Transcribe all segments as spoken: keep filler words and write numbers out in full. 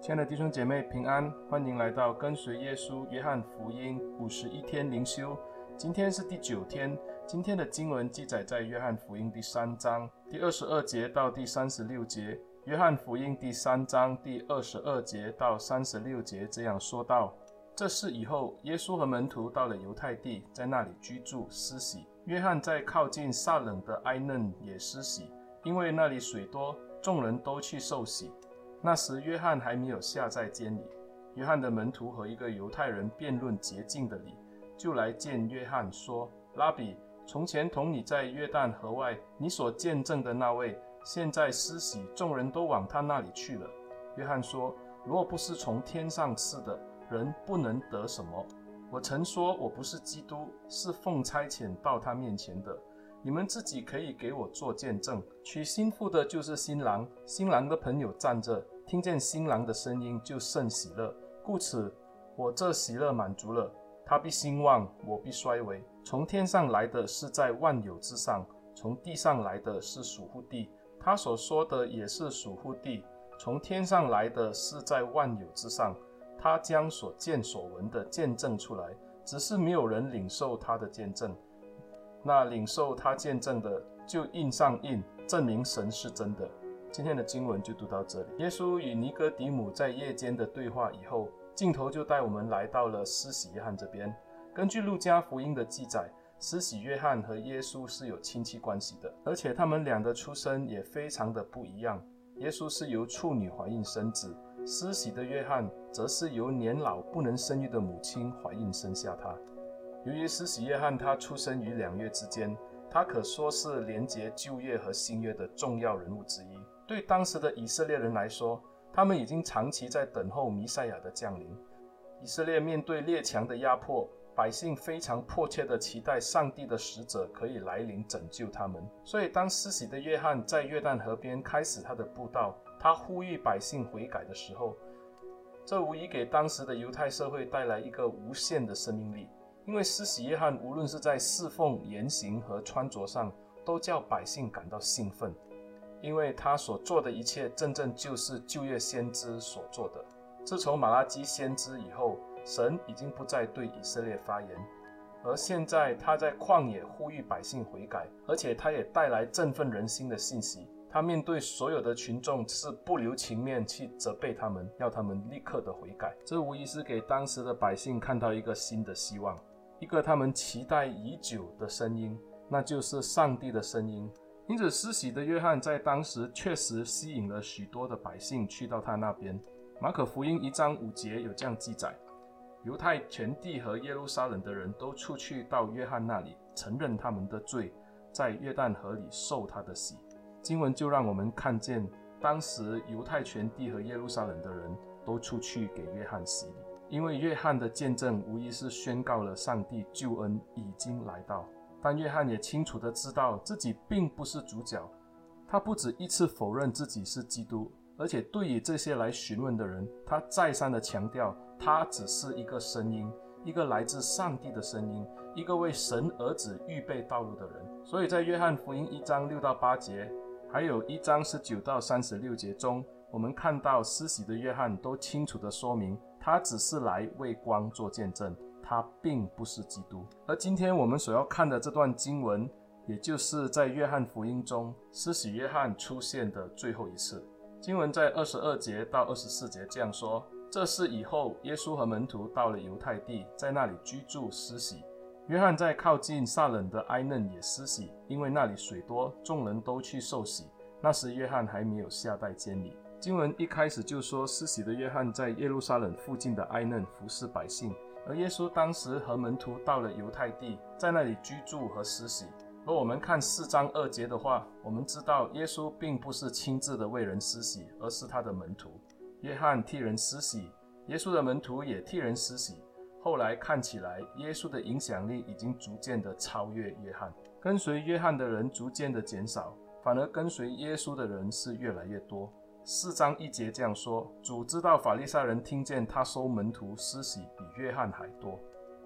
亲爱的弟兄姐妹平安，欢迎来到跟随耶稣约翰福音五十一天灵修。今天是第九天，今天的经文记载在约翰福音第三章第二十二节到第三十六节。约翰福音第三章第二十二节到三十六节这样说道：这事以后，耶稣和门徒到了犹太地，在那里居住施洗。约翰在靠近撒冷的埃嫩也施洗，因为那里水多，众人都去受洗。那时约翰还没有下在监里。约翰的门徒和一个犹太人辩论洁净的理，就来见约翰说：拉比，从前同你在约旦河外你所见证的那位，现在施洗，众人都往他那里去了。约翰说：若不是从天上赐的，人不能得什么。我曾说我不是基督，是奉差遣到他面前的。你们自己可以给我做见证。娶新妇的就是新郎，新郎的朋友站着，听见新郎的声音就甚喜乐。故此我这喜乐满足了，他必兴旺，我必衰微。从天上来的是在万有之上，从地上来的是属乎地。他所说的也是属乎地，从天上来的是在万有之上。他将所见所闻的见证出来，只是没有人领受他的见证。那领受他见证的，就印上印，证明神是真的。今天的经文就读到这里。耶稣与尼哥底母在夜间的对话以后，镜头就带我们来到了施洗约翰这边。根据路加福音的记载，施洗约翰和耶稣是有亲戚关系的，而且他们俩的出身也非常的不一样。耶稣是由处女怀孕生子，施洗的约翰则是由年老不能生育的母亲怀孕生下他。由于施洗约翰他出生于两约之间，他可说是连结旧约和新约的重要人物之一。对当时的以色列人来说，他们已经长期在等候弥赛亚的降临。以色列面对列强的压迫，百姓非常迫切地期待上帝的使者可以来临拯救他们。所以当施洗的约翰在约旦河边开始他的布道，他呼吁百姓悔改的时候，这无疑给当时的犹太社会带来一个无限的生命力。因为施洗约翰无论是在侍奉、言行和穿着上，都叫百姓感到兴奋，因为他所做的一切正正就是旧约先知所做的。自从马拉基先知以后，神已经不再对以色列发言，而现在他在旷野呼吁百姓悔改，而且他也带来振奋人心的信息。他面对所有的群众是不留情面去责备他们，要他们立刻的悔改。这无疑是给当时的百姓看到一个新的希望，一个他们期待已久的声音，那就是上帝的声音。因此施洗的约翰在当时确实吸引了许多的百姓去到他那边。马可福音一章五节有这样记载：犹太全地和耶路撒冷的人都出去到约翰那里，承认他们的罪，在约旦河里受他的洗。经文就让我们看见，当时犹太全地和耶路撒冷的人都出去给约翰洗礼，因为约翰的见证无疑是宣告了上帝救恩已经来到。但约翰也清楚地知道自己并不是主角，他不止一次否认自己是基督，而且对于这些来询问的人，他再三地强调他只是一个声音，一个来自上帝的声音，一个为神儿子预备道路的人。所以在约翰福音一章六到八节，还有一章十九到三十六节中，我们看到施洗的约翰都清楚地说明，他只是来为光做见证，他并不是基督。而今天我们所要看的这段经文，也就是在约翰福音中施洗约翰出现的最后一次。经文在二十二节到二十四节这样说：这事以后，耶稣和门徒到了犹太地，在那里居住施洗。约翰在靠近撒冷的埃嫩也施洗，因为那里水多，众人都去受洗。那时约翰还没有下在监里。经文一开始就说，施洗的约翰在耶路撒冷附近的埃嫩服侍百姓，而耶稣当时和门徒到了犹太地，在那里居住和施洗。若我们看四章二节的话，我们知道耶稣并不是亲自的为人施洗，而是他的门徒。约翰替人施洗，耶稣的门徒也替人施洗。后来看起来，耶稣的影响力已经逐渐的超越约翰，跟随约翰的人逐渐的减少，反而跟随耶稣的人是越来越多。四章一节这样说：主知道法利赛人听见他收门徒施洗比约翰还多。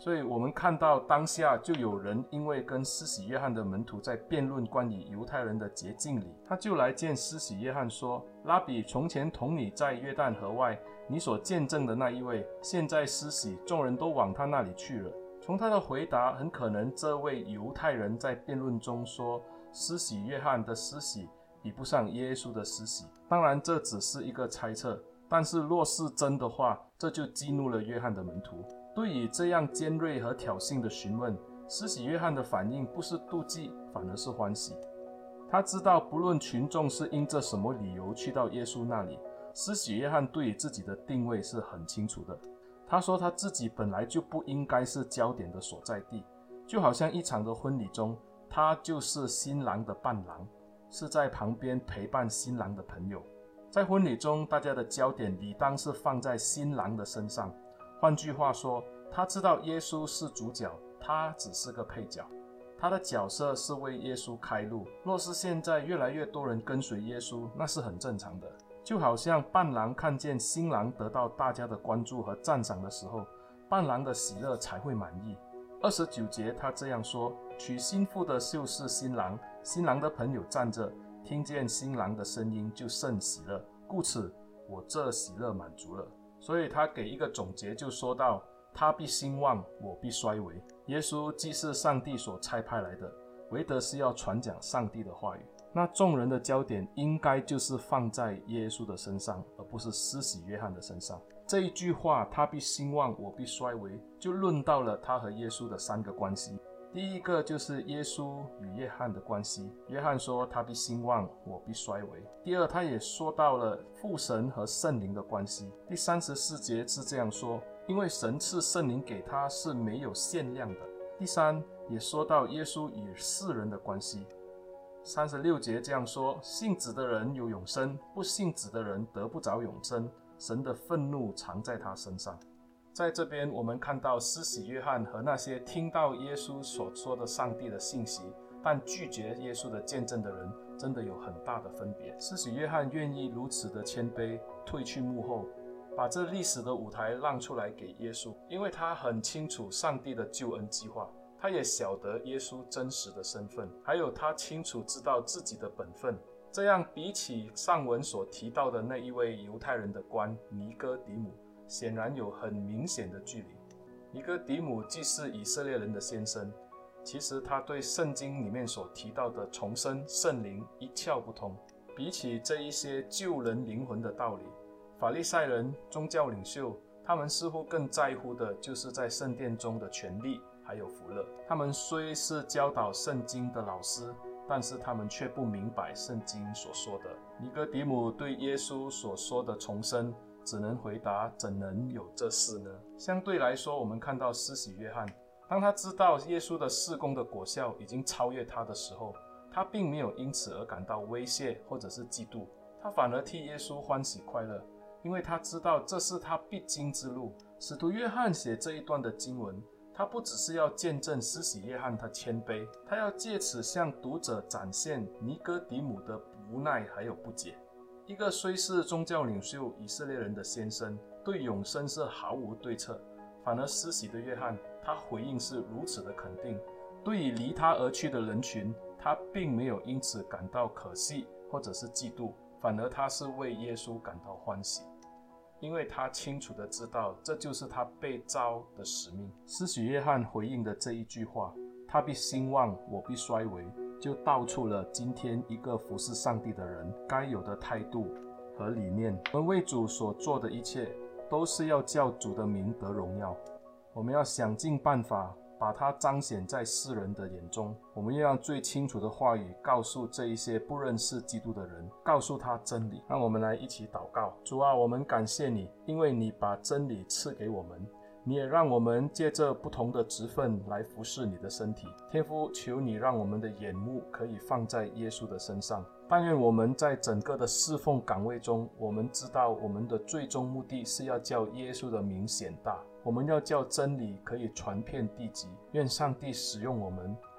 所以我们看到当下就有人因为跟施洗约翰的门徒在辩论关于犹太人的洁净礼，他就来见施洗约翰说，拉比，从前同你在约旦河外你所见证的那一位，现在施洗，众人都往他那里去了。从他的回答，很可能这位犹太人在辩论中说，施洗约翰的施洗比不上耶稣的施洗。当然这只是一个猜测，但是若是真的话，这就激怒了约翰的门徒。对于这样尖锐和挑衅的询问，施洗约翰的反应不是妒忌，反而是欢喜。他知道不论群众是因着什么理由去到耶稣那里，施洗约翰对于自己的定位是很清楚的。他说他自己本来就不应该是焦点的所在地，就好像一场的婚礼中，他就是新郎的伴郎，是在旁边陪伴新郎的朋友。在婚礼中，大家的焦点理当是放在新郎的身上。换句话说，他知道耶稣是主角，他只是个配角。他的角色是为耶稣开路。若是现在越来越多人跟随耶稣，那是很正常的。就好像伴郎看见新郎得到大家的关注和赞赏的时候，伴郎的喜乐才会满意。二十九节他这样说，娶新妇的就是新郎，新郎的朋友站着，听见新郎的声音就甚喜乐，故此我这喜乐满足了。所以他给一个总结，就说到，他必兴旺，我必衰微。耶稣既是上帝所差派来的，唯德是要传讲上帝的话语，那众人的焦点应该就是放在耶稣的身上，而不是施洗约翰的身上。这一句话，他必兴旺，我必衰微，就论到了他和耶稣的三个关系。第一个就是耶稣与约翰的关系，约翰说他必兴旺，我必衰微。第二，他也说到了父神和圣灵的关系。第三十四节是这样说，因为神赐圣灵给他是没有限量的。第三，也说到耶稣与世人的关系。三十六节这样说，信子的人有永生，不信子的人得不着永生，神的愤怒藏在他身上。在这边我们看到施洗约翰和那些听到耶稣所说的上帝的信息但拒绝耶稣的见证的人真的有很大的分别。施洗约翰愿意如此的谦卑，退去幕后，把这历史的舞台让出来给耶稣，因为他很清楚上帝的救恩计划，他也晓得耶稣真实的身份，还有他清楚知道自己的本分。这样比起上文所提到的那一位犹太人的官尼哥底母，显然有很明显的距离。尼哥底母既是以色列人的先生，其实他对圣经里面所提到的重生圣灵一窍不通。比起这一些救人灵魂的道理，法利赛人宗教领袖他们似乎更在乎的就是在圣殿中的权力还有福乐。他们虽是教导圣经的老师，但是他们却不明白圣经所说的。尼哥底母对耶稣所说的重生只能回答，怎能有这事呢？相对来说，我们看到施洗约翰，当他知道耶稣的事工的果效已经超越他的时候，他并没有因此而感到威胁或者是嫉妒，他反而替耶稣欢喜快乐，因为他知道这是他必经之路。使徒约翰写这一段的经文，他不只是要见证施洗约翰他谦卑，他要借此向读者展现尼哥底母的无奈还有不解。一个虽是宗教领袖以色列人的先生，对永生是毫无对策，反而施洗的约翰他回应是如此的肯定。对于离他而去的人群，他并没有因此感到可惜或者是嫉妒，反而他是为耶稣感到欢喜，因为他清楚的知道这就是他被召的使命。施洗约翰回应的这一句话，他必兴旺，我必衰微，就道出了今天一个服侍上帝的人该有的态度和理念。我们为主所做的一切都是要叫主的名得荣耀，我们要想尽办法把它彰显在世人的眼中。我们要用最清楚的话语告诉这一些不认识基督的人，告诉他真理。让我们来一起祷告。主啊，我们感谢你，因为你把真理赐给我们，你也让我们借着不同的职分来服侍你的身体。天父，求你让我们的眼目可以放在耶稣的身上。但愿我们在整个的侍奉岗位中，我们知道我们的最终目的是要叫耶稣的名显大，我们要叫真理可以传遍地极。愿上帝使用我们，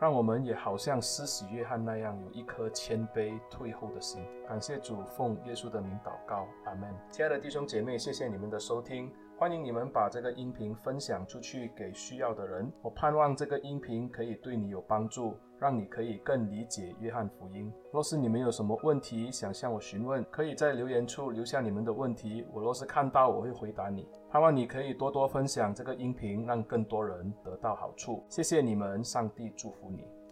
让我们也好像施洗约翰那样，有一颗谦卑退后的心。感谢主，奉耶稣的名祷告，阿们。亲爱的弟兄姐妹，谢谢你们的收听，欢迎你们把这个音频分享出去给需要的人。我盼望这个音频可以对你有帮助，让你可以更理解约翰福音。若是你们有什么问题想向我询问，可以在留言处留下你们的问题，我若是看到我会回答你。盼望你可以多多分享这个音频，让更多人得到好处。谢谢你们，上帝祝福你。